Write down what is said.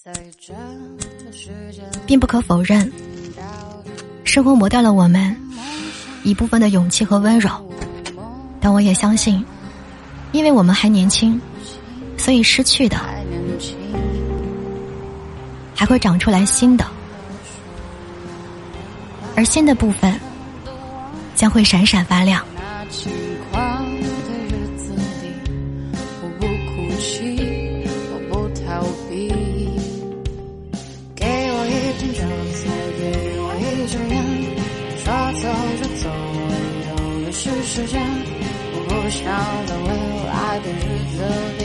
并不可否认，生活磨掉了我们一部分的勇气和温柔，但我也相信，因为我们还年轻，所以失去的还会长出来新的，而新的部分将会闪闪发亮。 是时间，我不想在未来的日子里